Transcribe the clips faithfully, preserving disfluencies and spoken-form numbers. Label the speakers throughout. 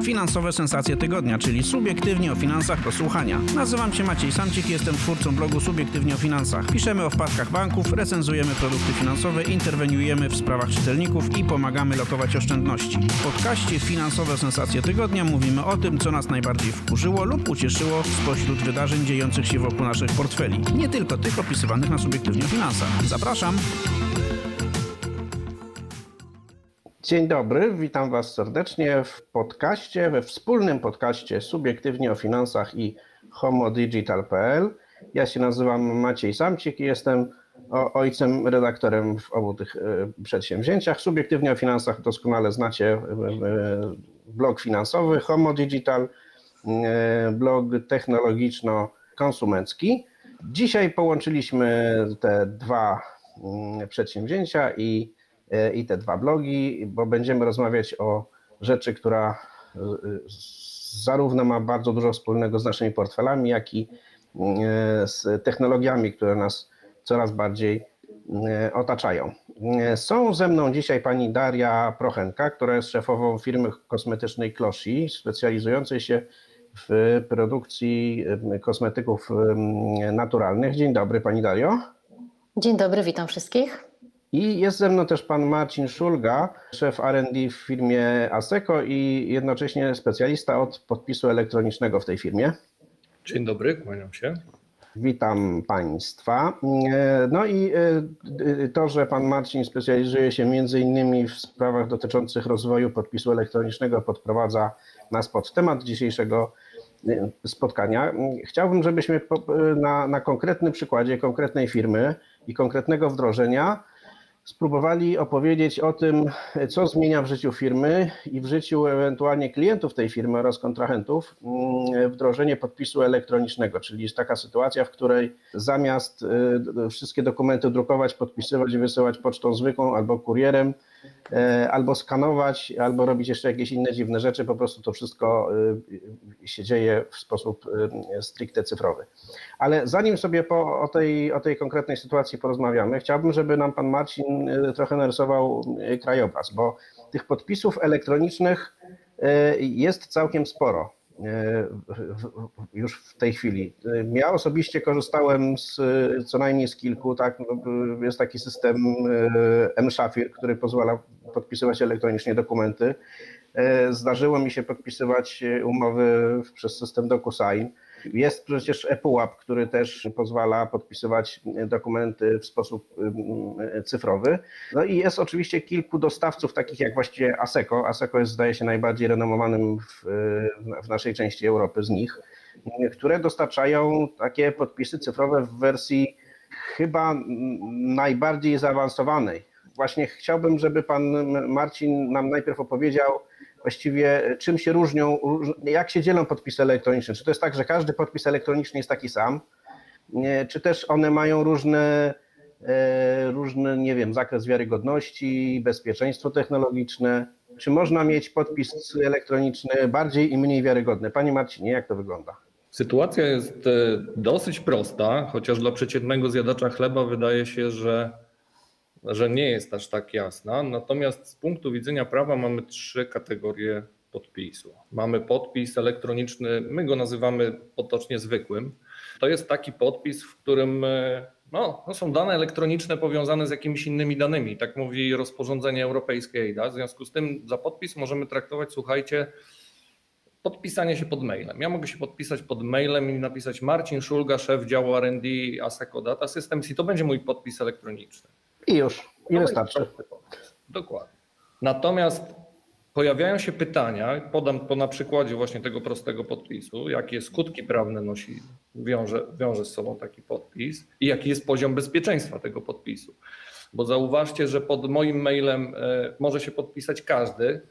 Speaker 1: Finansowe sensacje tygodnia, czyli subiektywnie o finansach do słuchania. Nazywam się Maciej Samcik i jestem twórcą blogu Subiektywnie o finansach. Piszemy o wpadkach banków, recenzujemy produkty finansowe, interweniujemy w sprawach czytelników i pomagamy lokować oszczędności. W podcaście Finansowe sensacje tygodnia mówimy o tym, co nas najbardziej wkurzyło lub ucieszyło spośród wydarzeń dziejących się wokół naszych portfeli. Nie tylko tych opisywanych na Subiektywnie o finansach. Zapraszam!
Speaker 2: Dzień dobry, witam Was serdecznie w podcaście, we wspólnym podcaście Subiektywnie o finansach i homodigital kropka p l. Ja się nazywam Maciej Samcik i jestem ojcem, redaktorem w obu tych przedsięwzięciach. Subiektywnie o finansach doskonale znacie blog finansowy, homodigital, blog technologiczno-konsumencki. Dzisiaj połączyliśmy te dwa przedsięwzięcia i i te dwa blogi, bo będziemy rozmawiać o rzeczy, która zarówno ma bardzo dużo wspólnego z naszymi portfelami, jak i z technologiami, które nas coraz bardziej otaczają. Są ze mną dzisiaj pani Daria Prochenka, która jest szefową firmy kosmetycznej Klosi, specjalizującej się w produkcji kosmetyków naturalnych. Dzień dobry, pani Dario.
Speaker 3: Dzień dobry, witam wszystkich.
Speaker 2: I jest ze mną też pan Marcin Szulga, szef R and D w firmie Asseco i jednocześnie specjalista od podpisu elektronicznego w tej firmie.
Speaker 4: Dzień dobry, kłaniam się.
Speaker 2: Witam Państwa. No i to, że pan Marcin specjalizuje się między innymi w sprawach dotyczących rozwoju podpisu elektronicznego, podprowadza nas pod temat dzisiejszego spotkania. Chciałbym, żebyśmy na, na konkretnym przykładzie konkretnej firmy i konkretnego wdrożenia spróbowali opowiedzieć o tym, co zmienia w życiu firmy i w życiu ewentualnie klientów tej firmy oraz kontrahentów wdrożenie podpisu elektronicznego, czyli jest taka sytuacja, w której zamiast wszystkie dokumenty drukować, podpisywać i wysyłać pocztą zwykłą albo kurierem, albo skanować, albo robić jeszcze jakieś inne dziwne rzeczy, po prostu to wszystko się dzieje w sposób stricte cyfrowy. Ale zanim sobie po, o, tej, o tej konkretnej sytuacji porozmawiamy, chciałbym, żeby nam pan Marcin trochę narysował krajobraz, bo tych podpisów elektronicznych jest całkiem sporo już w tej chwili. Ja osobiście korzystałem z co najmniej z kilku, tak, jest taki system M-Shafir, który pozwala podpisywać elektronicznie dokumenty. Zdarzyło mi się podpisywać umowy przez system DocuSign. Jest przecież ePUAP, który też pozwala podpisywać dokumenty w sposób cyfrowy. No i jest oczywiście kilku dostawców, takich jak właściwie Asseco. Asseco jest, zdaje się, najbardziej renomowanym w, w naszej części Europy z nich, które dostarczają takie podpisy cyfrowe w wersji chyba najbardziej zaawansowanej. Właśnie chciałbym, żeby pan Marcin nam najpierw opowiedział, właściwie czym się różnią, jak się dzielą podpisy elektroniczne. Czy to jest tak, że każdy podpis elektroniczny jest taki sam, czy też one mają różne, różny, nie wiem, zakres wiarygodności, bezpieczeństwo technologiczne? Czy można mieć podpis elektroniczny bardziej i mniej wiarygodny? Panie Marcinie, jak to wygląda?
Speaker 4: Sytuacja jest dosyć prosta, chociaż dla przeciętnego zjadacza chleba wydaje się, że że nie jest aż tak jasna, natomiast z punktu widzenia prawa mamy trzy kategorie podpisu. Mamy podpis elektroniczny, my go nazywamy potocznie zwykłym. To jest taki podpis, w którym no, no są dane elektroniczne powiązane z jakimiś innymi danymi, tak mówi rozporządzenie europejskie E I D A. W związku z tym za podpis możemy traktować, słuchajcie, podpisanie się pod mailem. Ja mogę się podpisać pod mailem i napisać Marcin Szulga, szef działu R and D Asseco Data Systems i to będzie mój podpis elektroniczny.
Speaker 2: I już, i wystarczy.
Speaker 4: Dokładnie. Natomiast pojawiają się pytania, podam to na przykładzie właśnie tego prostego podpisu, jakie skutki prawne nosi, wiąże, wiąże z sobą taki podpis i jaki jest poziom bezpieczeństwa tego podpisu. Bo zauważcie, że pod moim mailem może się podpisać każdy,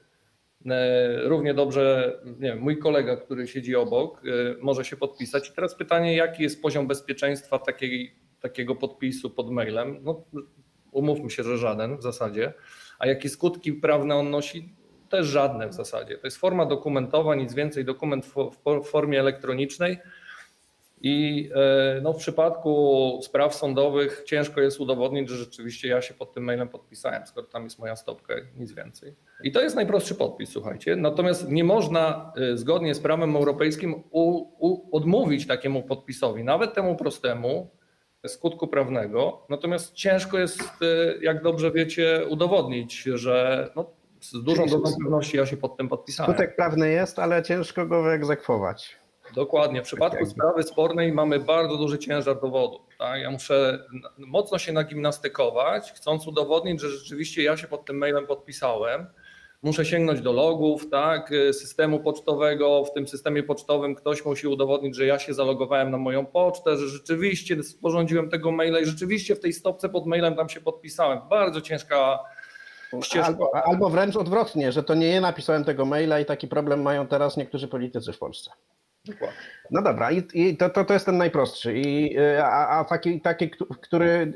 Speaker 4: równie dobrze, nie wiem, mój kolega, który siedzi obok, może się podpisać. I teraz pytanie, jaki jest poziom bezpieczeństwa takiej, takiego podpisu pod mailem? No, umówmy się, że żaden w zasadzie. A jakie skutki prawne on nosi? Też żadne w zasadzie. To jest forma dokumentowa, nic więcej, dokument w formie elektronicznej. I no, w przypadku spraw sądowych ciężko jest udowodnić, że rzeczywiście ja się pod tym mailem podpisałem, skoro tam jest moja stopka, nic więcej. I to jest najprostszy podpis, słuchajcie. Natomiast nie można zgodnie z prawem europejskim u, u, odmówić takiemu podpisowi, nawet temu prostemu, skutku prawnego. Natomiast ciężko jest, jak dobrze wiecie, udowodnić, że no, z dużą dozą pewności ja się pod tym podpisałem.
Speaker 2: Skutek prawny jest, ale ciężko go wyegzekwować.
Speaker 4: Dokładnie. W przypadku sprawy spornej mamy bardzo duży ciężar dowodu. Tak? Ja muszę mocno się nagimnastykować, chcąc udowodnić, że rzeczywiście ja się pod tym mailem podpisałem. Muszę sięgnąć do logów, tak, systemu pocztowego. W tym systemie pocztowym ktoś musi udowodnić, że ja się zalogowałem na moją pocztę, że rzeczywiście sporządziłem tego maila i rzeczywiście w tej stopce pod mailem tam się podpisałem. Bardzo ciężka ścieżka.
Speaker 2: Albo, albo wręcz odwrotnie, że to nie ja napisałem tego maila i taki problem mają teraz niektórzy politycy w Polsce.
Speaker 4: Dokładnie.
Speaker 2: No dobra, i, i to, to, to jest ten najprostszy, I, a, a taki, taki, który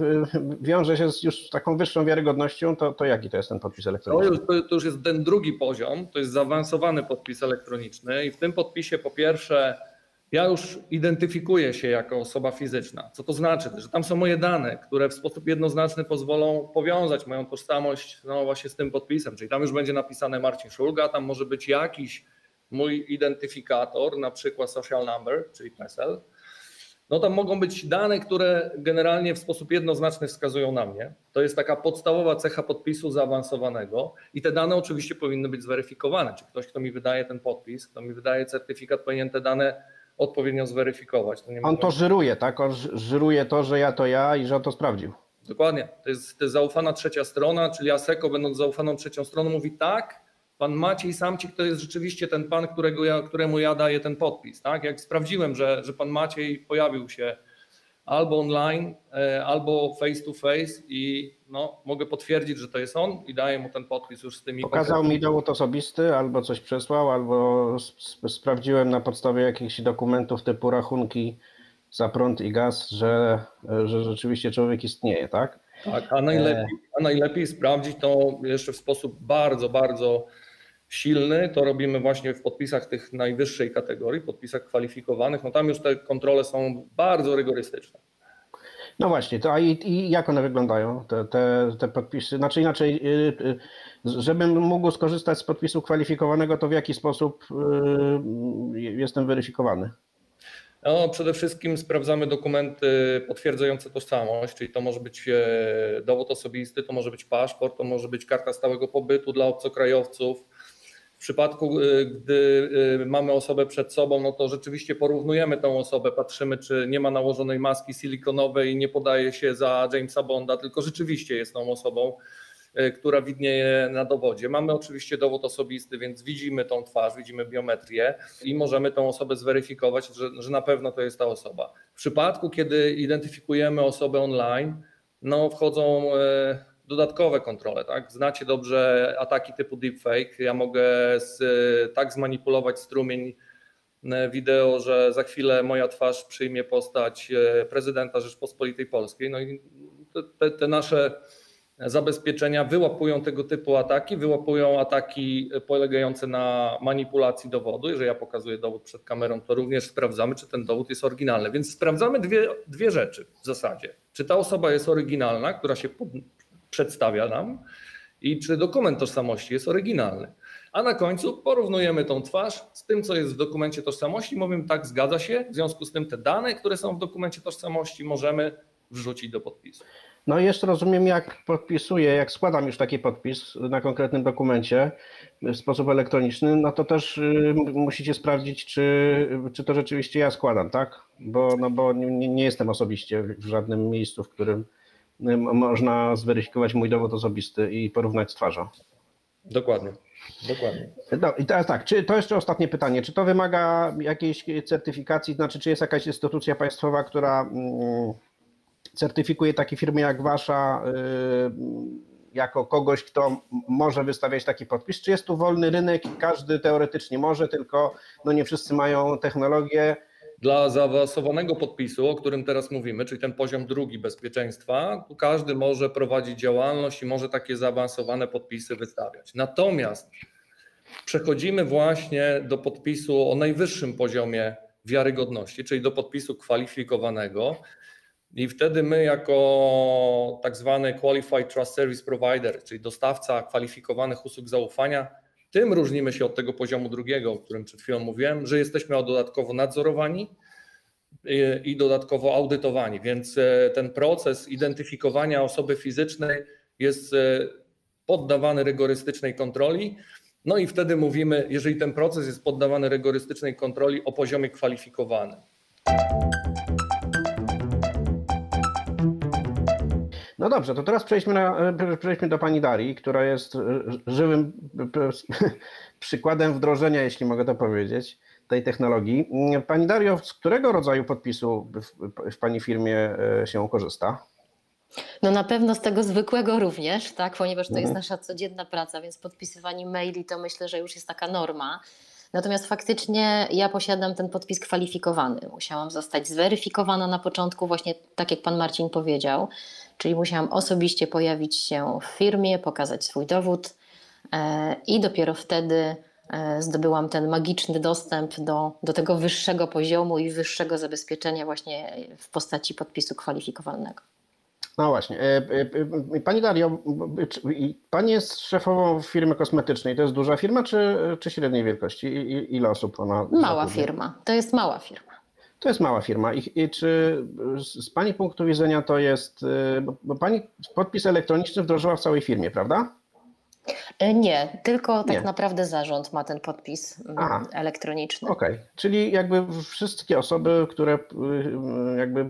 Speaker 2: wiąże się z już taką wyższą wiarygodnością, to, to jaki to jest ten podpis elektroniczny?
Speaker 4: To już, to już jest ten drugi poziom, to jest zaawansowany podpis elektroniczny i w tym podpisie po pierwsze ja już identyfikuję się jako osoba fizyczna. Co to znaczy? Że tam są moje dane, które w sposób jednoznaczny pozwolą powiązać moją tożsamość no właśnie z tym podpisem, czyli tam już będzie napisane Marcin Szulga, tam może być jakiś mój identyfikator, na przykład social number, czyli PESEL, no tam mogą być dane, które generalnie w sposób jednoznaczny wskazują na mnie. To jest taka podstawowa cecha podpisu zaawansowanego i te dane oczywiście powinny być zweryfikowane. Czy ktoś, kto mi wydaje ten podpis, kto mi wydaje certyfikat, powinien te dane odpowiednio zweryfikować. To nie
Speaker 2: On to żyruje, tak? On żyruje to, że ja to ja i że on to sprawdził.
Speaker 4: Dokładnie. To jest, to jest zaufana trzecia strona, czyli ASECO, będąc zaufaną trzecią stroną, mówi tak, pan Maciej Samcik to jest rzeczywiście ten pan, którego ja, któremu ja daję ten podpis. Tak? Jak sprawdziłem, że, że pan Maciej pojawił się albo online, albo face to face i no, mogę potwierdzić, że to jest on i daję mu ten podpis już z tymi...
Speaker 2: Pokazał mi dowód osobisty, albo coś przesłał, albo sp- sprawdziłem na podstawie jakichś dokumentów typu rachunki za prąd i gaz, że, że rzeczywiście człowiek istnieje, tak?
Speaker 4: Tak, a najlepiej, a najlepiej sprawdzić to jeszcze w sposób bardzo, bardzo silny. To robimy właśnie w podpisach tych najwyższej kategorii, podpisach kwalifikowanych. No tam już te kontrole są bardzo rygorystyczne.
Speaker 2: No właśnie, to a i, i jak one wyglądają, te, te, te podpisy? Znaczy inaczej, żebym mógł skorzystać z podpisu kwalifikowanego, to w jaki sposób jestem weryfikowany?
Speaker 4: No, przede wszystkim sprawdzamy dokumenty potwierdzające tożsamość, czyli to może być dowód osobisty, to może być paszport, to może być karta stałego pobytu dla obcokrajowców. W przypadku, gdy mamy osobę przed sobą, no to rzeczywiście porównujemy tą osobę, patrzymy, czy nie ma nałożonej maski silikonowej i nie podaje się za Jamesa Bonda, tylko rzeczywiście jest tą osobą, która widnieje na dowodzie. Mamy oczywiście dowód osobisty, więc widzimy tą twarz, widzimy biometrię i możemy tą osobę zweryfikować, że, że na pewno to jest ta osoba. W przypadku, kiedy identyfikujemy osobę online, no wchodzą dodatkowe kontrole. Tak? Znacie dobrze ataki typu deepfake. Ja mogę z, tak zmanipulować strumień wideo, że za chwilę moja twarz przyjmie postać prezydenta Rzeczpospolitej Polskiej. No i te, te nasze zabezpieczenia wyłapują tego typu ataki, wyłapują ataki polegające na manipulacji dowodu. Jeżeli ja pokazuję dowód przed kamerą, to również sprawdzamy, czy ten dowód jest oryginalny. Więc sprawdzamy dwie, dwie rzeczy w zasadzie. Czy ta osoba jest oryginalna, która się pod, przedstawia nam i czy dokument tożsamości jest oryginalny. A na końcu porównujemy tą twarz z tym, co jest w dokumencie tożsamości. Mówimy tak, zgadza się, w związku z tym te dane, które są w dokumencie tożsamości, możemy wrzucić do podpisu.
Speaker 2: No i jeszcze rozumiem, jak podpisuję, jak składam już taki podpis na konkretnym dokumencie w sposób elektroniczny, no to też musicie sprawdzić, czy, czy to rzeczywiście ja składam, tak? Bo, no bo nie, nie jestem osobiście w żadnym miejscu, w którym można zweryfikować mój dowód osobisty i porównać z twarzą.
Speaker 4: Dokładnie. Dokładnie.
Speaker 2: No i teraz tak, czy to jeszcze ostatnie pytanie, czy to wymaga jakiejś certyfikacji, znaczy czy jest jakaś instytucja państwowa, która mm, certyfikuje takie firmy jak wasza y, jako kogoś, kto może wystawiać taki podpis, czy jest tu wolny rynek i każdy teoretycznie może, tylko no nie wszyscy mają technologię?
Speaker 4: Dla zaawansowanego podpisu, o którym teraz mówimy, czyli ten poziom drugi bezpieczeństwa, tu każdy może prowadzić działalność i może takie zaawansowane podpisy wystawiać. Natomiast przechodzimy właśnie do podpisu o najwyższym poziomie wiarygodności, czyli do podpisu kwalifikowanego. I wtedy my jako tak zwany Qualified Trust Service Provider, czyli dostawca kwalifikowanych usług zaufania, tym różnimy się od tego poziomu drugiego, o którym przed chwilą mówiłem, że jesteśmy dodatkowo nadzorowani i dodatkowo audytowani, więc ten proces identyfikowania osoby fizycznej jest poddawany rygorystycznej kontroli. No i wtedy mówimy, jeżeli ten proces jest poddawany rygorystycznej kontroli, o poziomie kwalifikowanym.
Speaker 2: No dobrze, to teraz przejdźmy, na, przejdźmy do pani Darii, która jest żywym przykładem wdrożenia, jeśli mogę to powiedzieć, tej technologii. Pani Dario, z którego rodzaju podpisu w, w pani firmie się korzysta?
Speaker 3: No na pewno z tego zwykłego również, tak, ponieważ to jest nasza codzienna praca, więc podpisywanie maili to myślę, że już jest taka norma. Natomiast faktycznie ja posiadam ten podpis kwalifikowany. Musiałam zostać zweryfikowana na początku, właśnie tak jak pan Marcin powiedział, czyli musiałam osobiście pojawić się w firmie, pokazać swój dowód e, i dopiero wtedy e, zdobyłam ten magiczny dostęp do, do tego wyższego poziomu i wyższego zabezpieczenia właśnie w postaci podpisu kwalifikowanego.
Speaker 2: No właśnie. Pani Dario, pani jest szefową firmy kosmetycznej. To jest duża firma czy, czy średniej wielkości? Ile osób ona
Speaker 3: Mała
Speaker 2: zatrudnia?
Speaker 3: firma. To jest mała firma.
Speaker 2: To jest mała firma. I, i czy z pani punktu widzenia to jest, bo pani podpis elektroniczny wdrożyła w całej firmie, prawda?
Speaker 3: Nie, tylko tak
Speaker 2: Nie.
Speaker 3: naprawdę zarząd ma ten podpis
Speaker 2: Aha.
Speaker 3: elektroniczny.
Speaker 2: Okej, okay. Czyli jakby wszystkie osoby, które jakby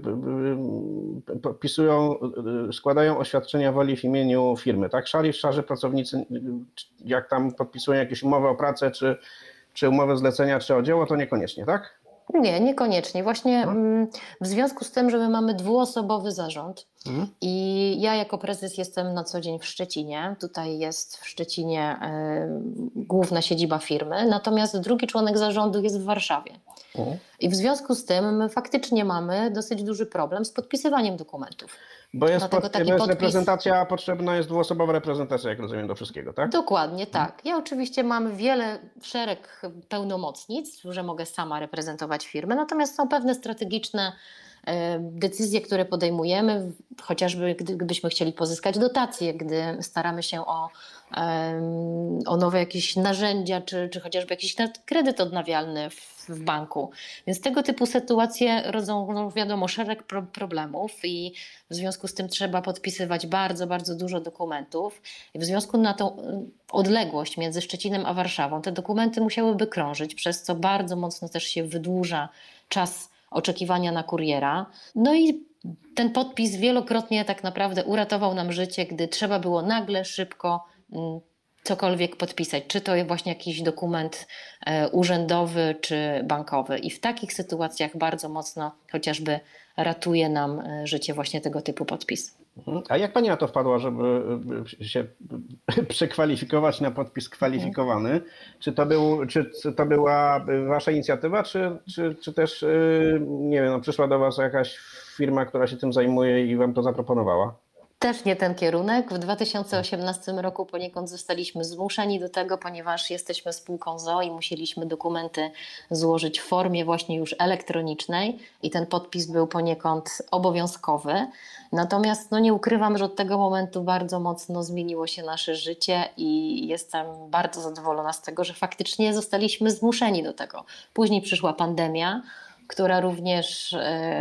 Speaker 2: podpisują, składają oświadczenia woli w imieniu firmy, tak? Szali, szarzy pracownicy, jak tam podpisują jakieś umowy o pracę, czy, czy umowę zlecenia, czy o dzieło, to niekoniecznie, tak?
Speaker 3: Nie, niekoniecznie. Właśnie no. w związku z tym, że my mamy dwuosobowy zarząd mhm. i ja jako prezes jestem na co dzień w Szczecinie. Tutaj jest w Szczecinie y, główna siedziba firmy, natomiast drugi członek zarządu jest w Warszawie. Mhm. I w związku z tym my faktycznie mamy dosyć duży problem z podpisywaniem dokumentów.
Speaker 2: Bo jest, pod, bo jest podpis... reprezentacja, potrzebna jest dwuosobowa reprezentacja, jak rozumiem, do wszystkiego, tak?
Speaker 3: Dokładnie tak. Ja oczywiście mam wiele, szereg pełnomocnictw, że mogę sama reprezentować firmę, natomiast są pewne strategiczne decyzje, które podejmujemy, chociażby gdybyśmy chcieli pozyskać dotacje, gdy staramy się o, o nowe jakieś narzędzia, czy, czy chociażby jakiś kredyt odnawialny w, w banku. Więc tego typu sytuacje rodzą, no wiadomo, szereg pro, problemów i w związku z tym trzeba podpisywać bardzo, bardzo dużo dokumentów. I w związku na tą odległość między Szczecinem a Warszawą te dokumenty musiałyby krążyć, przez co bardzo mocno też się wydłuża czas oczekiwania na kuriera. No i ten podpis wielokrotnie tak naprawdę uratował nam życie, gdy trzeba było nagle, szybko cokolwiek podpisać. Czy to właśnie jakiś dokument urzędowy, czy bankowy. I w takich sytuacjach bardzo mocno chociażby ratuje nam życie właśnie tego typu podpis.
Speaker 2: A jak pani na to wpadła, żeby się przekwalifikować na podpis kwalifikowany? Czy to, był, czy to była wasza inicjatywa, czy, czy, czy też nie wiem, no, przyszła do was jakaś firma, która się tym zajmuje i wam to zaproponowała?
Speaker 3: Też nie ten kierunek. W dwa tysiące osiemnastym roku poniekąd zostaliśmy zmuszeni do tego, ponieważ jesteśmy spółką z o o i musieliśmy dokumenty złożyć w formie właśnie już elektronicznej i ten podpis był poniekąd obowiązkowy. Natomiast no nie ukrywam, że od tego momentu bardzo mocno zmieniło się nasze życie i jestem bardzo zadowolona z tego, że faktycznie zostaliśmy zmuszeni do tego. Później przyszła pandemia, która również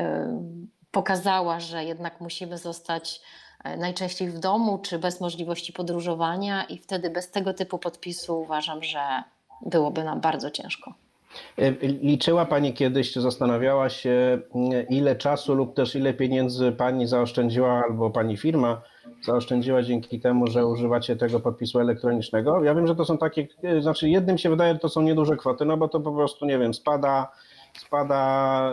Speaker 3: yy, pokazała, że jednak musimy zostać najczęściej w domu, czy bez możliwości podróżowania i wtedy bez tego typu podpisu uważam, że byłoby nam bardzo ciężko.
Speaker 2: Liczyła pani kiedyś, czy zastanawiała się, ile czasu lub też ile pieniędzy pani zaoszczędziła albo pani firma zaoszczędziła dzięki temu, że używacie tego podpisu elektronicznego? Ja wiem, że to są takie, znaczy jednym się wydaje, że to są nieduże kwoty, no bo to po prostu, nie wiem, spada Spada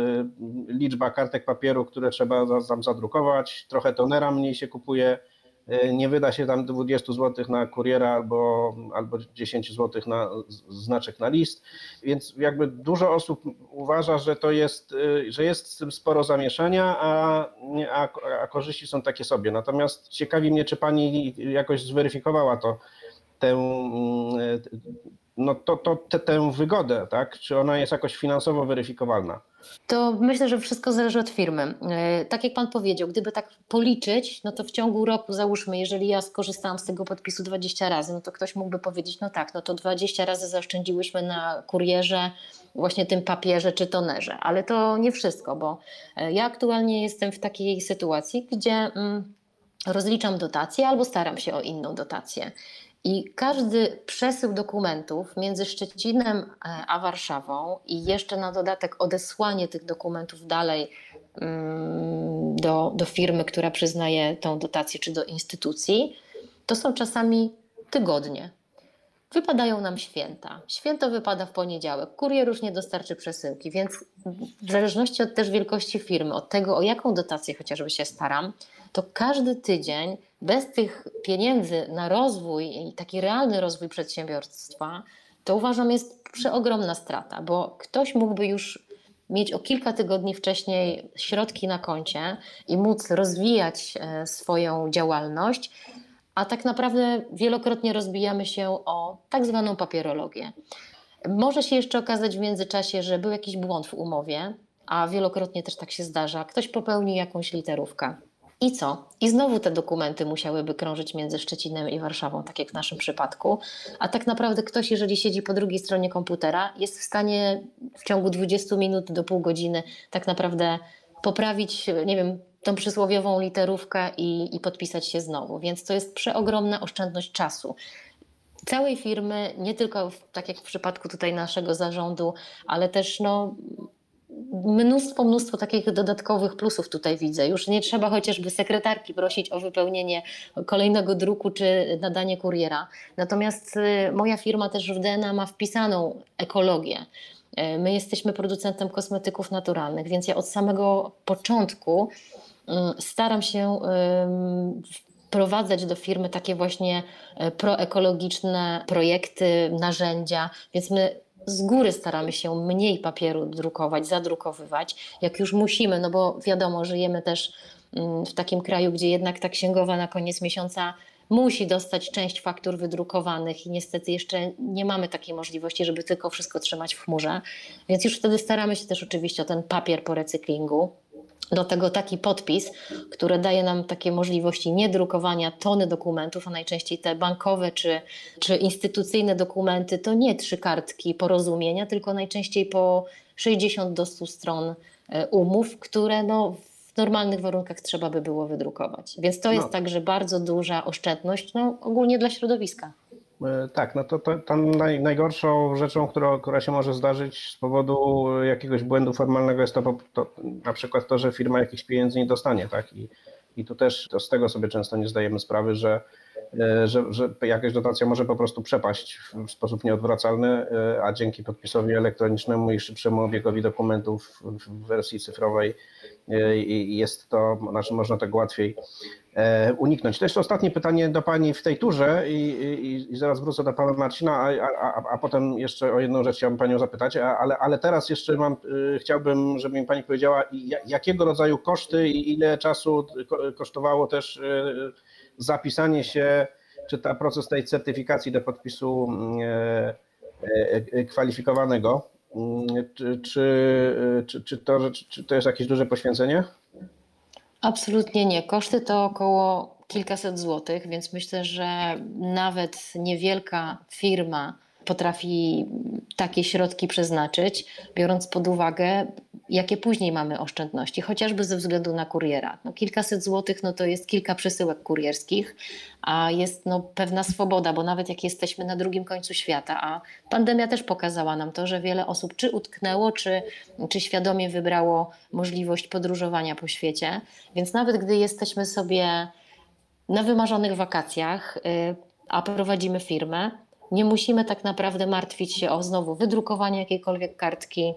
Speaker 2: y, liczba kartek papieru, które trzeba za, tam zadrukować, trochę tonera mniej się kupuje, y, nie wyda się tam dwadzieścia złotych na kuriera albo, albo dziesięć złotych na znaczek na list, więc jakby dużo osób uważa, że to jest, y, że jest z tym sporo zamieszania, a, a, a korzyści są takie sobie. Natomiast ciekawi mnie, czy pani jakoś zweryfikowała to, tę, no to, to te, tę wygodę, tak? Czy ona jest jakoś finansowo weryfikowalna?
Speaker 3: To myślę, że wszystko zależy od firmy. Tak jak pan powiedział, gdyby tak policzyć, no to w ciągu roku, załóżmy, jeżeli ja skorzystałam z tego podpisu dwadzieścia razy, no to ktoś mógłby powiedzieć, no tak, no to dwadzieścia razy zaoszczędziłyśmy na kurierze, właśnie tym papierze czy tonerze. Ale to nie wszystko, bo ja aktualnie jestem w takiej sytuacji, gdzie mm, rozliczam dotację albo staram się o inną dotację. I każdy przesył dokumentów między Szczecinem a Warszawą i jeszcze na dodatek odesłanie tych dokumentów dalej do, do firmy, która przyznaje tą dotację, czy do instytucji, to są czasami tygodnie. Wypadają nam święta. Święto wypada w poniedziałek. Kurier już nie dostarczy przesyłki, więc w zależności od też wielkości firmy, od tego, o jaką dotację chociażby się staram, to każdy tydzień bez tych pieniędzy na rozwój i taki realny rozwój przedsiębiorstwa, to uważam jest przeogromna strata, bo ktoś mógłby już mieć o kilka tygodni wcześniej środki na koncie i móc rozwijać swoją działalność, a tak naprawdę wielokrotnie rozbijamy się o tak zwaną papierologię. Może się jeszcze okazać w międzyczasie, że był jakiś błąd w umowie, a wielokrotnie też tak się zdarza. Ktoś popełni jakąś literówkę. I co? I znowu te dokumenty musiałyby krążyć między Szczecinem i Warszawą, tak jak w naszym przypadku. A tak naprawdę ktoś, jeżeli siedzi po drugiej stronie komputera, jest w stanie w ciągu dwudziestu minut do pół godziny tak naprawdę poprawić, nie wiem, tą przysłowiową literówkę i, i podpisać się znowu. Więc to jest przeogromna oszczędność czasu. Całej firmy, nie tylko w, tak jak w przypadku tutaj naszego zarządu, ale też no, mnóstwo, mnóstwo takich dodatkowych plusów tutaj widzę. Już nie trzeba chociażby sekretarki prosić o wypełnienie kolejnego druku czy nadanie kuriera. Natomiast moja firma też w D N A ma wpisaną ekologię. My jesteśmy producentem kosmetyków naturalnych, więc ja od samego początku staram się wprowadzać do firmy takie właśnie proekologiczne projekty, narzędzia, więc my z góry staramy się mniej papieru drukować, zadrukowywać, jak już musimy, no bo wiadomo, żyjemy też w takim kraju, gdzie jednak ta księgowa na koniec miesiąca musi dostać część faktur wydrukowanych i niestety jeszcze nie mamy takiej możliwości, żeby tylko wszystko trzymać w chmurze, więc już wtedy staramy się też oczywiście o ten papier po recyklingu. Do tego taki podpis, który daje nam takie możliwości niedrukowania tony dokumentów, a najczęściej te bankowe czy, czy instytucyjne dokumenty to nie trzy kartki porozumienia, tylko najczęściej po sześćdziesiąt do stu stron umów, które no w normalnych warunkach trzeba by było wydrukować. Więc to jest no. także bardzo duża oszczędność no, ogólnie dla środowiska.
Speaker 2: Tak, no to, to tam naj, najgorszą rzeczą, która, która się może zdarzyć z powodu jakiegoś błędu formalnego jest to, to na przykład to, że firma jakichś pieniędzy nie dostanie, tak? I, i tu też to z tego sobie często nie zdajemy sprawy, że, że, że jakaś dotacja może po prostu przepaść w sposób nieodwracalny, a dzięki podpisowi elektronicznemu i szybszemu obiegowi dokumentów w wersji cyfrowej jest to, znaczy można tego łatwiej uniknąć. To jeszcze ostatnie pytanie do Pani w tej turze i, i, i zaraz wrócę do Pana Marcina, a, a, a potem jeszcze o jedną rzecz chciałbym Panią zapytać, ale, ale teraz jeszcze mam, chciałbym, żeby mi Pani powiedziała, jakiego rodzaju koszty i ile czasu kosztowało też zapisanie się, czy ta proces tej certyfikacji do podpisu kwalifikowanego, czy, czy, czy, czy, to, czy to jest jakieś duże poświęcenie?
Speaker 3: Absolutnie nie. Koszty to około kilkaset złotych, więc myślę, że nawet niewielka firma potrafi takie środki przeznaczyć, biorąc pod uwagę, jakie później mamy oszczędności, chociażby ze względu na kuriera. No, kilkaset złotych no, to jest kilka przesyłek kurierskich, a jest no, pewna swoboda, bo nawet jak jesteśmy na drugim końcu świata, a pandemia też pokazała nam to, że wiele osób czy utknęło, czy, czy świadomie wybrało możliwość podróżowania po świecie, więc nawet gdy jesteśmy sobie na wymarzonych wakacjach, a prowadzimy firmę, nie musimy tak naprawdę martwić się o znowu wydrukowanie jakiejkolwiek kartki,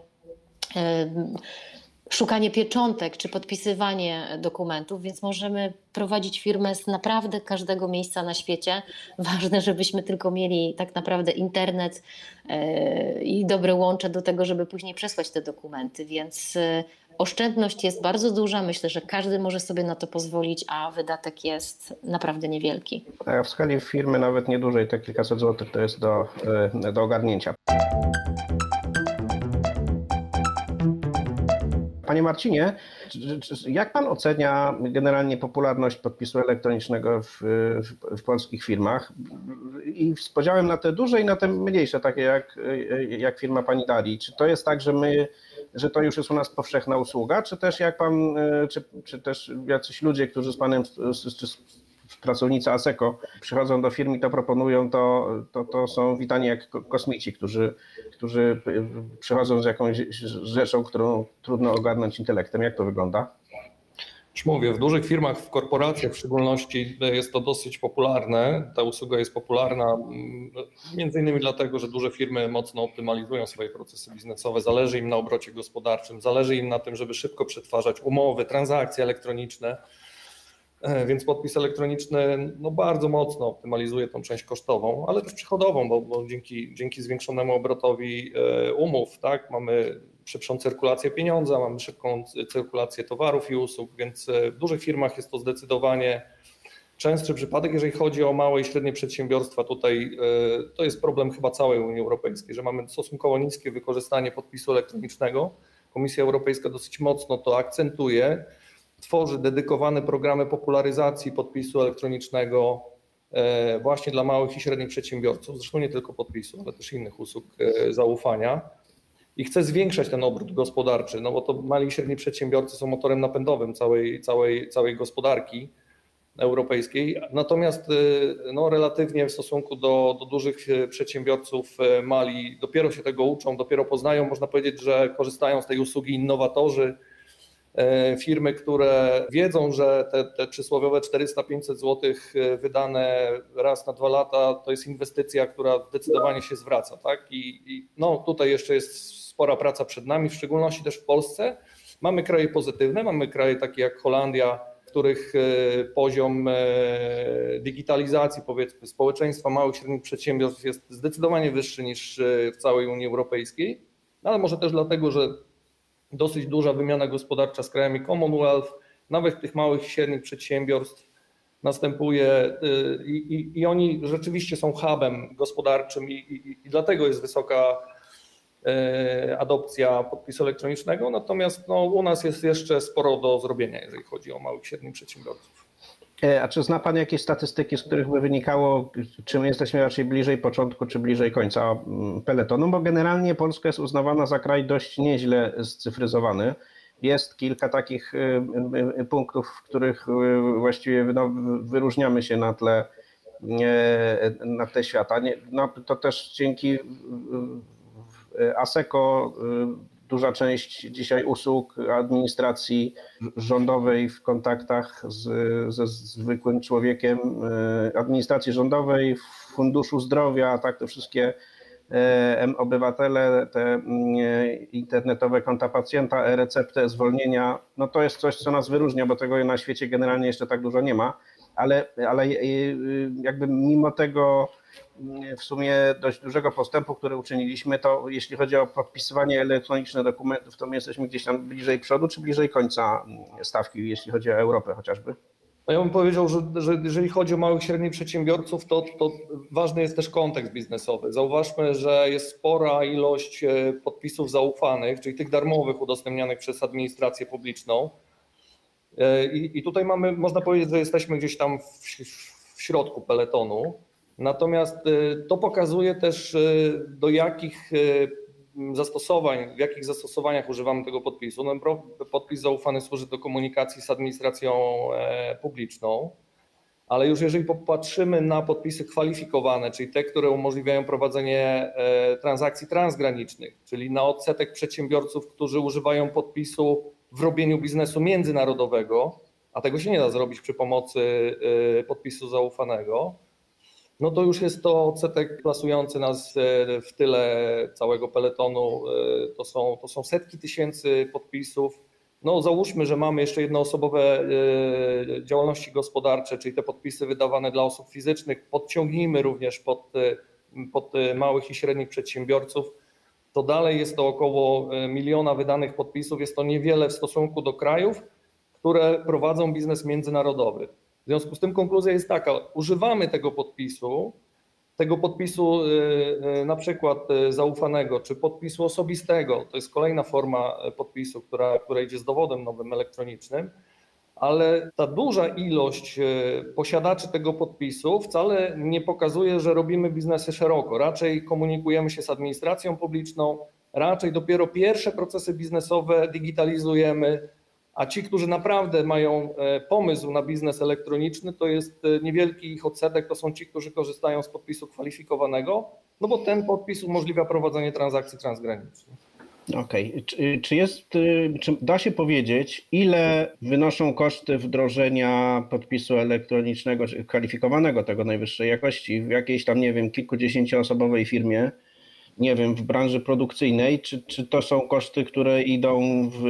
Speaker 3: szukanie pieczątek czy podpisywanie dokumentów, więc możemy prowadzić firmę z naprawdę każdego miejsca na świecie. Ważne, żebyśmy tylko mieli tak naprawdę internet i dobre łącze do tego, żeby później przesłać te dokumenty, więc Oszczędność jest bardzo duża, myślę, że każdy może sobie na to pozwolić, a wydatek jest naprawdę niewielki.
Speaker 2: A w skali firmy nawet niedużej, te kilkaset złotych to jest do, do ogarnięcia. Panie Marcinie, jak pan ocenia generalnie popularność podpisu elektronicznego w, w, w polskich firmach? I z podziałem na te duże i na te mniejsze, takie jak, jak firma pani Darii. Czy to jest tak, że my, że to już jest u nas powszechna usługa, czy też jak pan, czy, czy też jacyś ludzie, którzy z panem, czy pracownicy ASECO przychodzą do firm i to proponują, to, to, to są witani jak kosmici, którzy, którzy przychodzą z jakąś rzeczą, którą trudno ogarnąć intelektem. Jak to wygląda?
Speaker 4: Już mówię, w dużych firmach, w korporacjach w szczególności jest to dosyć popularne. Ta usługa jest popularna między innymi dlatego, że duże firmy mocno optymalizują swoje procesy biznesowe. Zależy im na obrocie gospodarczym, zależy im na tym, żeby szybko przetwarzać umowy, transakcje elektroniczne. Więc podpis elektroniczny no, bardzo mocno optymalizuje tą część kosztową, ale też przychodową, bo, bo dzięki, dzięki zwiększonemu obrotowi umów, tak, mamy szybszą cyrkulację pieniądza, mamy szybką cyrkulację towarów i usług, więc w dużych firmach jest to zdecydowanie częstszy przypadek. Jeżeli chodzi o małe i średnie przedsiębiorstwa, tutaj to jest problem chyba całej Unii Europejskiej, że mamy stosunkowo niskie wykorzystanie podpisu elektronicznego. Komisja Europejska dosyć mocno to akcentuje. Tworzy dedykowane programy popularyzacji podpisu elektronicznego właśnie dla małych i średnich przedsiębiorców, zresztą nie tylko podpisu, ale też innych usług zaufania i chce zwiększać ten obrót gospodarczy, no bo to mali i średni przedsiębiorcy są motorem napędowym całej, całej, całej gospodarki europejskiej, natomiast no, relatywnie w stosunku do, do dużych przedsiębiorców mali dopiero się tego uczą, dopiero poznają, można powiedzieć, że korzystają z tej usługi innowatorzy, firmy, które wiedzą, że te, te przysłowiowe czterysta pięćset złotych wydane raz na dwa lata to jest inwestycja, która zdecydowanie się zwraca. Tak? I, i no, tutaj jeszcze jest spora praca przed nami, w szczególności też w Polsce. Mamy kraje pozytywne, mamy kraje takie jak Holandia, w których poziom digitalizacji, powiedzmy, społeczeństwa małych i średnich przedsiębiorstw jest zdecydowanie wyższy niż w całej Unii Europejskiej, ale może też dlatego, że dosyć duża wymiana gospodarcza z krajami Commonwealth, nawet tych małych i średnich przedsiębiorstw następuje i, i, i oni rzeczywiście są hubem gospodarczym i, i, i dlatego jest wysoka adopcja podpisu elektronicznego, natomiast no, u nas jest jeszcze sporo do zrobienia, jeżeli chodzi o małych i średnich przedsiębiorców.
Speaker 2: A czy zna pan jakieś statystyki, z których by wynikało, czy my jesteśmy raczej bliżej początku, czy bliżej końca peletonu? Bo generalnie Polska jest uznawana za kraj dość nieźle scyfryzowany. Jest kilka takich punktów, w których właściwie no, wyróżniamy się na tle, na tle świata. No, to też dzięki ASECO duża część dzisiaj usług administracji rządowej w kontaktach z, ze zwykłym człowiekiem, administracji rządowej, Funduszu Zdrowia, tak, te wszystkie obywatele, te internetowe konta pacjenta, e-recepty, zwolnienia, no to jest coś, co nas wyróżnia, bo tego na świecie generalnie jeszcze tak dużo nie ma, ale, ale jakby mimo tego w sumie dość dużego postępu, który uczyniliśmy, to jeśli chodzi o podpisywanie elektroniczne dokumentów, to my jesteśmy gdzieś tam bliżej przodu, czy bliżej końca stawki, jeśli chodzi o Europę chociażby?
Speaker 4: No ja bym powiedział, że, że jeżeli chodzi o małych i średnich przedsiębiorców, to, to ważny jest też kontekst biznesowy. Zauważmy, że jest spora ilość podpisów zaufanych, czyli tych darmowych udostępnianych przez administrację publiczną. I, i tutaj mamy, można powiedzieć, że jesteśmy gdzieś tam w, w środku peletonu. Natomiast to pokazuje też, do jakich zastosowań, w jakich zastosowaniach używamy tego podpisu. No, podpis zaufany służy do komunikacji z administracją publiczną, ale już jeżeli popatrzymy na podpisy kwalifikowane, czyli te, które umożliwiają prowadzenie transakcji transgranicznych, czyli na odsetek przedsiębiorców, którzy używają podpisu w robieniu biznesu międzynarodowego, a tego się nie da zrobić przy pomocy podpisu zaufanego, no to już jest to odsetek plasujący nas w tyle całego peletonu. To są, to są setki tysięcy podpisów. No załóżmy, że mamy jeszcze jednoosobowe działalności gospodarcze, czyli te podpisy wydawane dla osób fizycznych. Podciągnijmy również pod, pod małych i średnich przedsiębiorców. to dalej jest to około miliona wydanych podpisów. Jest to niewiele w stosunku do krajów, które prowadzą biznes międzynarodowy. W związku z tym konkluzja jest taka, używamy tego podpisu, tego podpisu na przykład zaufanego, czy podpisu osobistego, to jest kolejna forma podpisu, która, która idzie z dowodem nowym elektronicznym, ale ta duża ilość posiadaczy tego podpisu wcale nie pokazuje, że robimy biznesy szeroko. Raczej komunikujemy się z administracją publiczną, raczej dopiero pierwsze procesy biznesowe digitalizujemy, a ci, którzy naprawdę mają pomysł na biznes elektroniczny, to jest niewielki ich odsetek, to są ci, którzy korzystają z podpisu kwalifikowanego, no bo ten podpis umożliwia prowadzenie transakcji transgranicznych.
Speaker 2: Okej. Okay. Czy, czy jest, czy da się powiedzieć, ile wynoszą koszty wdrożenia podpisu elektronicznego, czy kwalifikowanego tego najwyższej jakości w jakiejś tam, nie wiem, kilkudziesięcioosobowej firmie, nie wiem, w branży produkcyjnej, czy, czy to są koszty, które idą w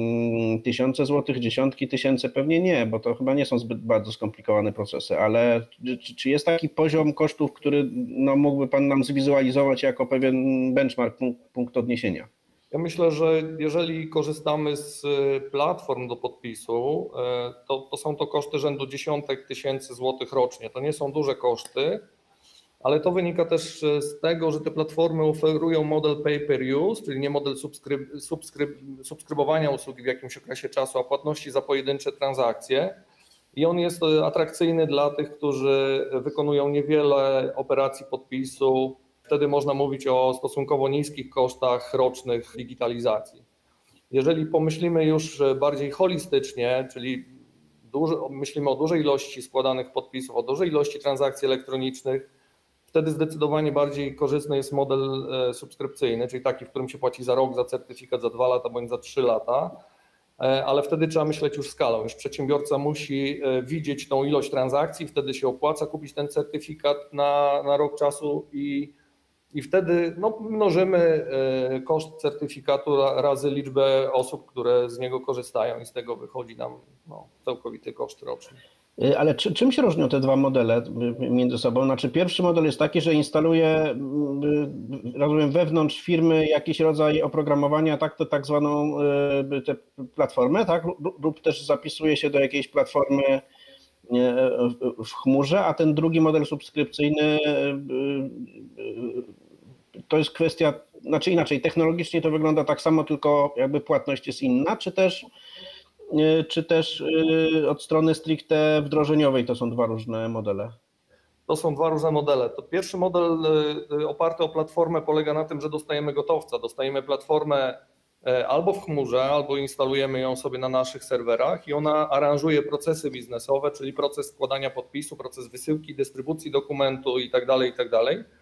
Speaker 2: mm, tysiące złotych, dziesiątki tysięcy? Pewnie nie, bo to chyba nie są zbyt bardzo skomplikowane procesy, ale czy, czy jest taki poziom kosztów, który no, mógłby Pan nam zwizualizować jako pewien benchmark, punkt, punkt odniesienia?
Speaker 4: Ja myślę, że jeżeli korzystamy z platform do podpisu, to, to są to koszty rzędu dziesiątek tysięcy złotych rocznie. To nie są duże koszty, ale to wynika też z tego, że te platformy oferują model pay per use, czyli nie model subskryb, subskryb, subskrybowania usługi w jakimś okresie czasu, a płatności za pojedyncze transakcje. I on jest atrakcyjny dla tych, którzy wykonują niewiele operacji podpisu. Wtedy można mówić o stosunkowo niskich kosztach rocznych digitalizacji. Jeżeli pomyślimy już bardziej holistycznie, czyli duży, myślimy o dużej ilości składanych podpisów, o dużej ilości transakcji elektronicznych, wtedy zdecydowanie bardziej korzystny jest model subskrypcyjny, czyli taki, w którym się płaci za rok, za certyfikat, za dwa lata bądź za trzy lata, ale wtedy trzeba myśleć już skalą. Już przedsiębiorca musi widzieć tą ilość transakcji, wtedy się opłaca kupić ten certyfikat na, na rok czasu i I wtedy no, mnożymy koszt certyfikatu razy liczbę osób, które z niego korzystają i z tego wychodzi nam no, całkowity koszt roczny.
Speaker 2: Ale czy, czym się różnią te dwa modele między sobą? Znaczy pierwszy model jest taki, że instaluje, rozumiem, wewnątrz firmy jakiś rodzaj oprogramowania, tak, to tak zwaną tę platformę, tak? Lub też zapisuje się do jakiejś platformy w chmurze, a ten drugi model subskrypcyjny to jest kwestia, znaczy inaczej, technologicznie to wygląda tak samo, tylko jakby płatność jest inna, czy też, czy też od strony stricte wdrożeniowej to są dwa różne modele?
Speaker 4: To są dwa różne modele. To pierwszy model oparty o platformę polega na tym, że dostajemy gotowca, dostajemy platformę albo w chmurze, albo instalujemy ją sobie na naszych serwerach i ona aranżuje procesy biznesowe, czyli proces składania podpisu, proces wysyłki, dystrybucji dokumentu itd., itd.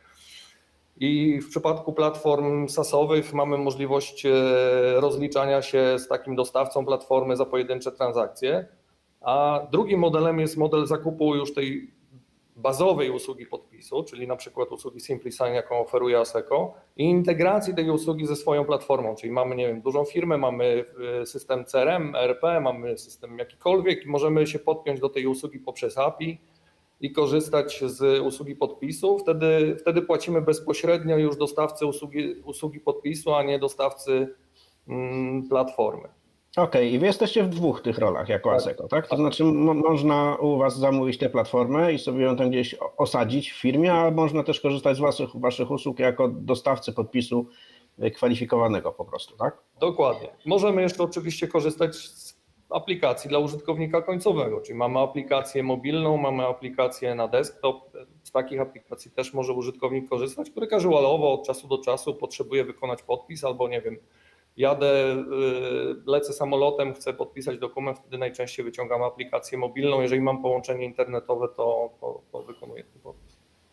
Speaker 4: I w przypadku platform sasowych mamy możliwość rozliczania się z takim dostawcą platformy za pojedyncze transakcje, a drugim modelem jest model zakupu już tej bazowej usługi podpisu, czyli na przykład usługi SimpliSign, jaką oferuje Asseco, i integracji tej usługi ze swoją platformą, czyli mamy, nie wiem, dużą firmę, mamy system C R M, E R P, mamy system jakikolwiek i możemy się podpiąć do tej usługi poprzez A P I i korzystać z usługi podpisu. Wtedy, wtedy płacimy bezpośrednio już dostawcy usługi, usługi podpisu, a nie dostawcy mm, platformy.
Speaker 2: Okej, okay. I wy jesteście w dwóch tych rolach jako Asseco, tak? To znaczy mo- można u was zamówić tę platformę i sobie ją tam gdzieś osadzić w firmie, a można też korzystać z waszych, waszych usług jako dostawcy podpisu kwalifikowanego po prostu, tak?
Speaker 4: Dokładnie. Możemy jeszcze oczywiście korzystać z aplikacji dla użytkownika końcowego, czyli mamy aplikację mobilną, mamy aplikację na desktop. Z takich aplikacji też może użytkownik korzystać, który casualowo od czasu do czasu potrzebuje wykonać podpis albo, nie wiem, jadę, lecę samolotem, chcę podpisać dokument, wtedy najczęściej wyciągam aplikację mobilną. Jeżeli mam połączenie internetowe, to, to, to wykonuję ten podpis.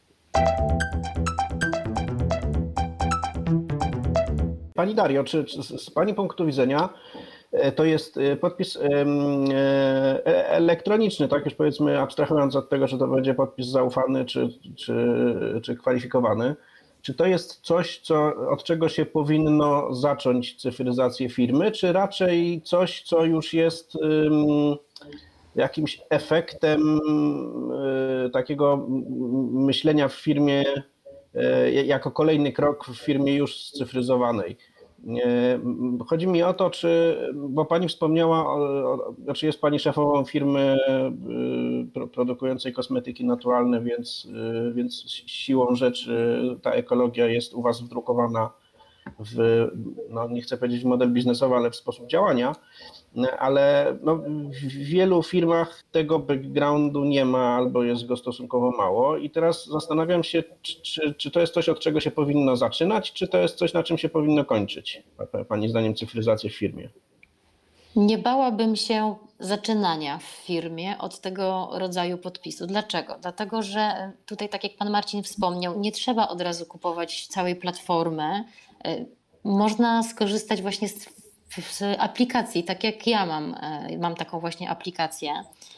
Speaker 2: Pani Dario, czy, czy z Pani punktu widzenia to jest podpis elektroniczny, tak już powiedzmy, abstrahując od tego, że to będzie podpis zaufany czy, czy, czy kwalifikowany, czy to jest coś, co, od czego się powinno zacząć cyfryzację firmy, czy raczej coś, co już jest um, jakimś efektem um, takiego myślenia w firmie jako kolejny krok w firmie już scyfryzowanej. Chodzi mi o to, czy, bo Pani wspomniała, o, znaczy jest Pani szefową firmy produkującej kosmetyki naturalne, więc, więc siłą rzeczy ta ekologia jest u Was wdrukowana w, no nie chcę powiedzieć w model biznesowy, ale w sposób działania, ale no w wielu firmach tego backgroundu nie ma albo jest go stosunkowo mało i teraz zastanawiam się, czy, czy, czy to jest coś, od czego się powinno zaczynać, czy to jest coś, na czym się powinno kończyć, Pani zdaniem, cyfryzacja w firmie?
Speaker 3: Nie bałabym się zaczynania w firmie od tego rodzaju podpisu. Dlaczego? Dlatego, że tutaj, tak jak Pan Marcin wspomniał, nie trzeba od razu kupować całej platformy. Można skorzystać właśnie z, z aplikacji, tak jak ja mam, mam taką właśnie aplikację.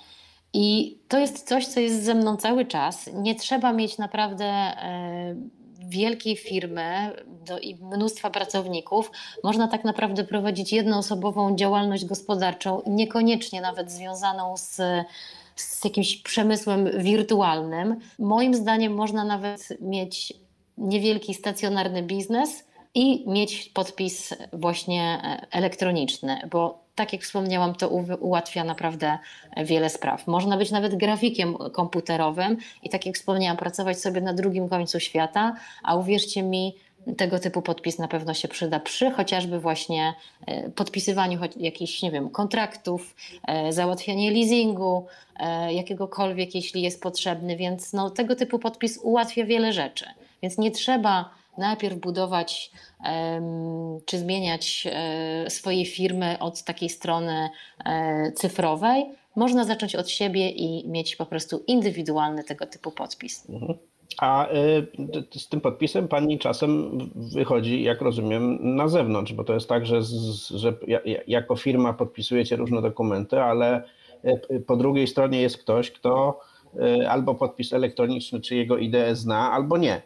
Speaker 3: I to jest coś, co jest ze mną cały czas. Nie trzeba mieć naprawdę wielkiej firmy do, i mnóstwa pracowników. Można tak naprawdę prowadzić jednoosobową działalność gospodarczą, niekoniecznie nawet związaną z, z jakimś przemysłem wirtualnym. Moim zdaniem można nawet mieć niewielki stacjonarny biznes i mieć podpis właśnie elektroniczny, bo tak jak wspomniałam, to ułatwia naprawdę wiele spraw. Można być nawet grafikiem komputerowym i tak jak wspomniałam, pracować sobie na drugim końcu świata, a uwierzcie mi, tego typu podpis na pewno się przyda przy chociażby właśnie podpisywaniu jakichś, nie wiem, kontraktów, załatwianie leasingu, jakiegokolwiek, jeśli jest potrzebny, więc no, tego typu podpis ułatwia wiele rzeczy. Więc nie trzeba najpierw budować um, czy zmieniać um, swojej firmy od takiej strony um, cyfrowej. Można zacząć od siebie i mieć po prostu indywidualny tego typu podpis.
Speaker 2: Mhm. A y, z tym podpisem Pani czasem wychodzi, jak rozumiem, na zewnątrz, bo to jest tak, że, z, że jako firma podpisujecie różne dokumenty, ale po drugiej stronie jest ktoś, kto y, albo podpis elektroniczny, czy jego ideę zna, albo nie.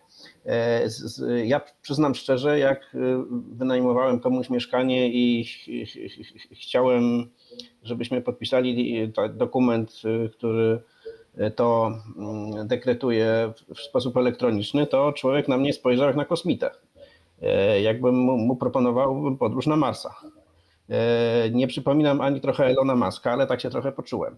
Speaker 2: Ja przyznam szczerze, jak wynajmowałem komuś mieszkanie i chciałem, żebyśmy podpisali dokument, który to dekretuje w sposób elektroniczny, to człowiek na mnie spojrzał jak na kosmitę. Jakbym mu proponował podróż na Marsa. Nie przypominam ani trochę Elona Muska, ale tak się trochę poczułem.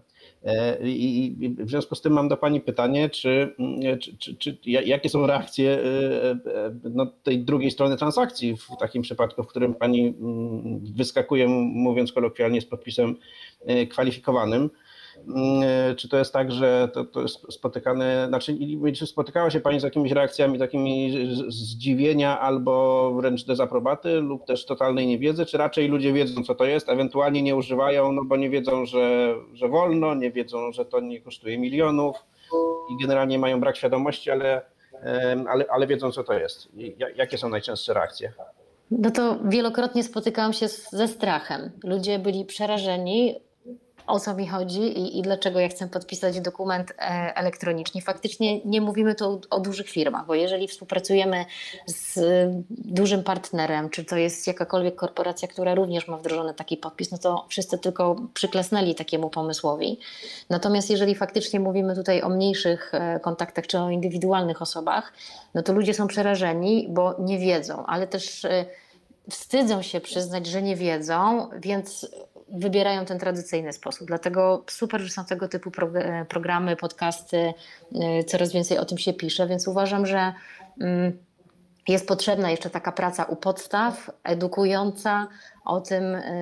Speaker 2: I w związku z tym mam do Pani pytanie, czy, czy, czy, jakie są reakcje no, tej drugiej strony transakcji w takim przypadku, w którym Pani wyskakuje, mówiąc kolokwialnie, z podpisem kwalifikowanym. Czy to jest tak, że to, to jest spotykane, znaczy czy spotykała się Pani z jakimiś reakcjami takimi zdziwienia albo wręcz dezaprobaty lub też totalnej niewiedzy, czy raczej ludzie wiedzą, co to jest, ewentualnie nie używają, no bo nie wiedzą, że, że wolno, nie wiedzą, że to nie kosztuje milionów i generalnie mają brak świadomości, ale, ale, ale wiedzą, co to jest. Jakie są najczęstsze reakcje?
Speaker 3: No to wielokrotnie spotykałam się z, ze strachem. Ludzie byli przerażeni, o co mi chodzi i, i dlaczego ja chcę podpisać dokument e, elektronicznie. Faktycznie nie mówimy tu o, o dużych firmach, bo jeżeli współpracujemy z dużym partnerem, czy to jest jakakolwiek korporacja, która również ma wdrożony taki podpis, no to wszyscy tylko przyklasnęli takiemu pomysłowi. Natomiast jeżeli faktycznie mówimy tutaj o mniejszych e, kontaktach, czy o indywidualnych osobach, no to ludzie są przerażeni, bo nie wiedzą, ale też e, wstydzą się przyznać, że nie wiedzą, więc wybierają ten tradycyjny sposób. Dlatego super, że są tego typu programy, podcasty, coraz więcej o tym się pisze, więc uważam, że jest potrzebna jeszcze taka praca u podstaw, edukująca o tym,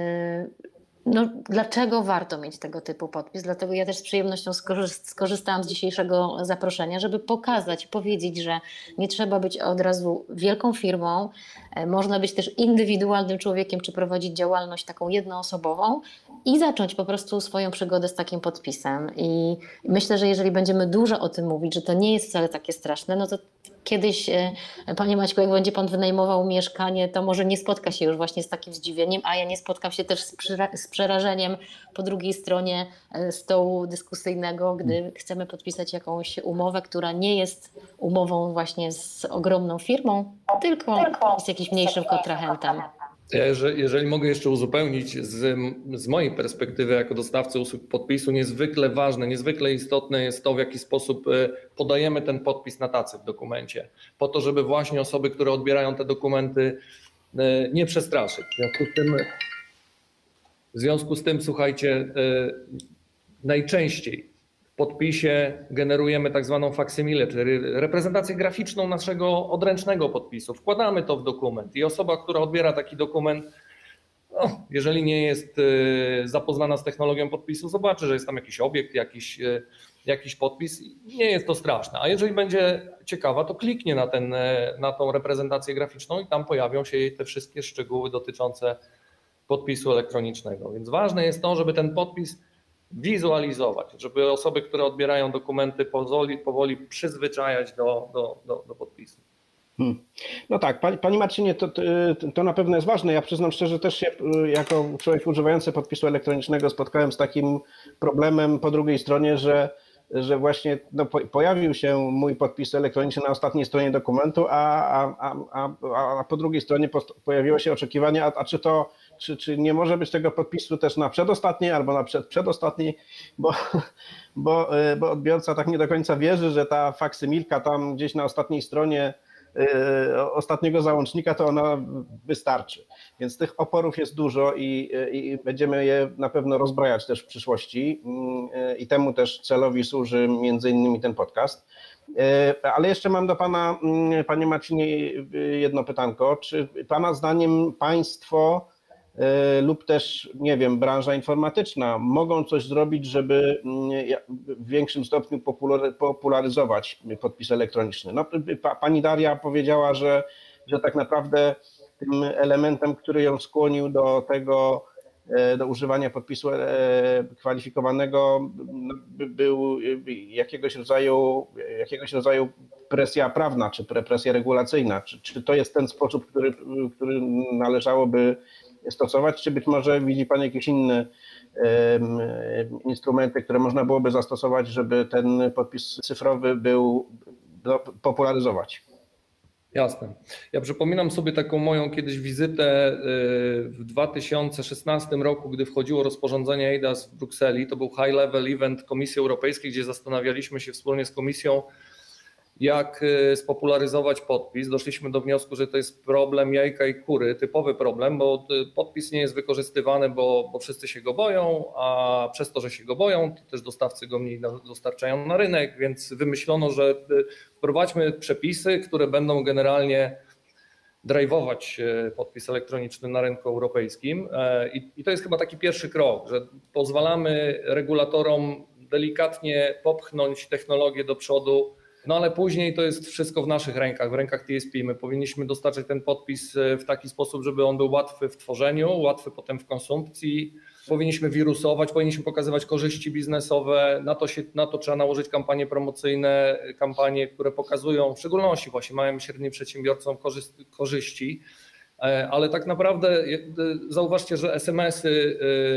Speaker 3: no, dlaczego warto mieć tego typu podpis. Dlatego ja też z przyjemnością skorzystałam z dzisiejszego zaproszenia, żeby pokazać, powiedzieć, że nie trzeba być od razu wielką firmą, można być też indywidualnym człowiekiem, czy prowadzić działalność taką jednoosobową i zacząć po prostu swoją przygodę z takim podpisem. I myślę, że jeżeli będziemy dużo o tym mówić, że to nie jest wcale takie straszne, no to kiedyś, Panie Maćku, jak będzie Pan wynajmował mieszkanie, to może nie spotka się już właśnie z takim zdziwieniem, a ja nie spotkam się też z, z przerażeniem po drugiej stronie stołu dyskusyjnego, gdy chcemy podpisać jakąś umowę, która nie jest umową właśnie z ogromną firmą, tylko z jakimś mniejszym kontrahentem.
Speaker 4: Ja jeżeli, jeżeli mogę jeszcze uzupełnić z, z mojej perspektywy jako dostawcy usług podpisu, niezwykle ważne, niezwykle istotne jest to, w jaki sposób podajemy ten podpis na tacy w dokumencie, po to, żeby właśnie osoby, które odbierają te dokumenty, nie przestraszyć. W związku z tym, w związku z tym słuchajcie, najczęściej w podpisie generujemy tak zwaną faksymilę, czyli reprezentację graficzną naszego odręcznego podpisu. Wkładamy to w dokument i osoba, która odbiera taki dokument, no, jeżeli nie jest zapoznana z technologią podpisu, zobaczy, że jest tam jakiś obiekt, jakiś, jakiś podpis i nie jest to straszne. A jeżeli będzie ciekawa, to kliknie na, ten, na tą reprezentację graficzną i tam pojawią się jej te wszystkie szczegóły dotyczące podpisu elektronicznego. Więc ważne jest to, żeby ten podpis wizualizować, żeby osoby, które odbierają dokumenty, powoli, powoli przyzwyczajać do, do, do, do podpisu.
Speaker 2: Hmm. No tak, Pani, Pani Marcinie, to, to na pewno jest ważne. Ja przyznam szczerze, też się jako człowiek używający podpisu elektronicznego spotkałem z takim problemem po drugiej stronie, że, że właśnie no, pojawił się mój podpis elektroniczny na ostatniej stronie dokumentu, a, a, a, a, a po drugiej stronie pojawiło się oczekiwanie, a, a czy to Czy, czy nie może być tego podpisu też na przedostatniej albo na przed, przedostatniej, bo, bo, bo odbiorca tak nie do końca wierzy, że ta faksymilka tam gdzieś na ostatniej stronie y, ostatniego załącznika to ona wystarczy. Więc tych oporów jest dużo i, i będziemy je na pewno rozbrajać też w przyszłości y, i temu też celowi służy między innymi ten podcast. Y, ale jeszcze mam do Pana, y, Panie Marcinie, jedno pytanko. Czy Pana zdaniem państwo lub też, nie wiem, branża informatyczna mogą coś zrobić, żeby w większym stopniu popularyzować podpis elektroniczny? No, Pani Daria powiedziała, że, że tak naprawdę tym elementem, który ją skłonił do tego, do używania podpisu kwalifikowanego, był jakiegoś rodzaju, jakiegoś rodzaju presja prawna czy presja regulacyjna. Czy, czy to jest ten sposób, który, który należałoby stosować, czy być może widzi Pan jakieś inne um, instrumenty, które można byłoby zastosować, żeby ten podpis cyfrowy był no, popularyzować?
Speaker 4: Jasne. Ja przypominam sobie taką moją kiedyś wizytę w dwa tysiące szesnastym roku, gdy wchodziło rozporządzenie E I D A S w Brukseli. To był high level event Komisji Europejskiej, gdzie zastanawialiśmy się wspólnie z Komisją, jak spopularyzować podpis. Doszliśmy do wniosku, że to jest problem jajka i kury, typowy problem, bo podpis nie jest wykorzystywany, bo, bo wszyscy się go boją, a przez to, że się go boją, to też dostawcy go mniej dostarczają na rynek, więc wymyślono, że wprowadźmy przepisy, które będą generalnie drive'ować podpis elektroniczny na rynku europejskim. I, i to jest chyba taki pierwszy krok, że pozwalamy regulatorom delikatnie popchnąć technologię do przodu. No ale później to jest wszystko w naszych rękach, w rękach T S P. My powinniśmy dostarczać ten podpis w taki sposób, żeby on był łatwy w tworzeniu, łatwy potem w konsumpcji. Powinniśmy wirusować, powinniśmy pokazywać korzyści biznesowe. Na to, się, na to trzeba nałożyć kampanie promocyjne, kampanie, które pokazują w szczególności właśnie małym i średnim przedsiębiorcom korzyści. Ale tak naprawdę zauważcie, że S M S-y,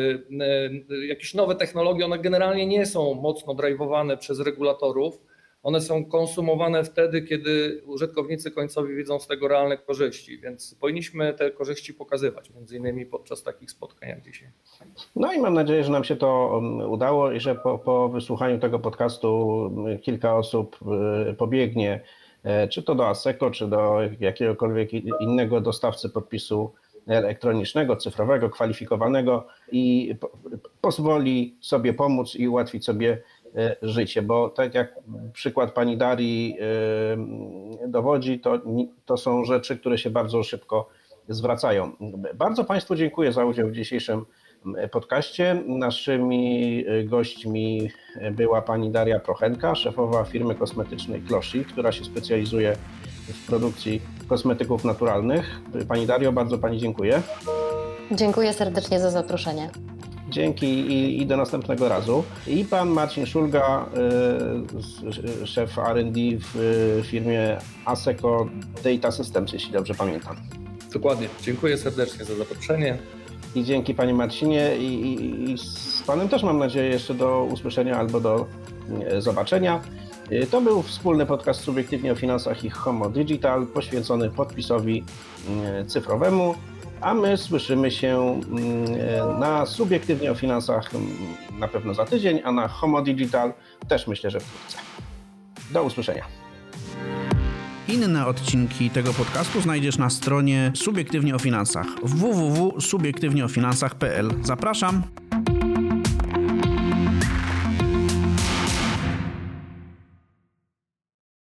Speaker 4: jakieś nowe technologie, one generalnie nie są mocno drive'owane przez regulatorów. One są konsumowane wtedy, kiedy użytkownicy końcowi widzą z tego realne korzyści, więc powinniśmy te korzyści pokazywać, między innymi podczas takich spotkań jak dzisiaj.
Speaker 2: No i mam nadzieję, że nam się to udało i że po, po wysłuchaniu tego podcastu kilka osób pobiegnie, czy to do ASECO, czy do jakiegokolwiek innego dostawcy podpisu elektronicznego, cyfrowego, kwalifikowanego i po, pozwoli sobie pomóc i ułatwić sobie życie, bo tak jak przykład Pani Darii dowodzi, to, to są rzeczy, które się bardzo szybko zwracają. Bardzo Państwu dziękuję za udział w dzisiejszym podcaście. Naszymi gośćmi była Pani Daria Prochenka, szefowa firmy kosmetycznej Closhi, która się specjalizuje w produkcji kosmetyków naturalnych. Pani Dario, bardzo Pani dziękuję.
Speaker 3: Dziękuję serdecznie za zaproszenie.
Speaker 2: Dzięki i, i do następnego razu. I Pan Marcin Szulga, y, szef R and D w firmie ASECO Data Systems, jeśli dobrze pamiętam.
Speaker 4: Dokładnie. Dziękuję serdecznie za zaproszenie.
Speaker 2: I dzięki Panie Marcinie i, i, i z Panem też mam nadzieję jeszcze do usłyszenia albo do zobaczenia. To był wspólny podcast Subiektywnie o Finansach i Homo Digital poświęcony podpisowi cyfrowemu, a my słyszymy się na Subiektywnie o Finansach na pewno za tydzień, a na Homo Digital też myślę, że wkrótce. Do usłyszenia.
Speaker 1: Inne odcinki tego podcastu znajdziesz na stronie Subiektywnie o Finansach w w w kropka subiektywnie o finansach kropka p l. Zapraszam!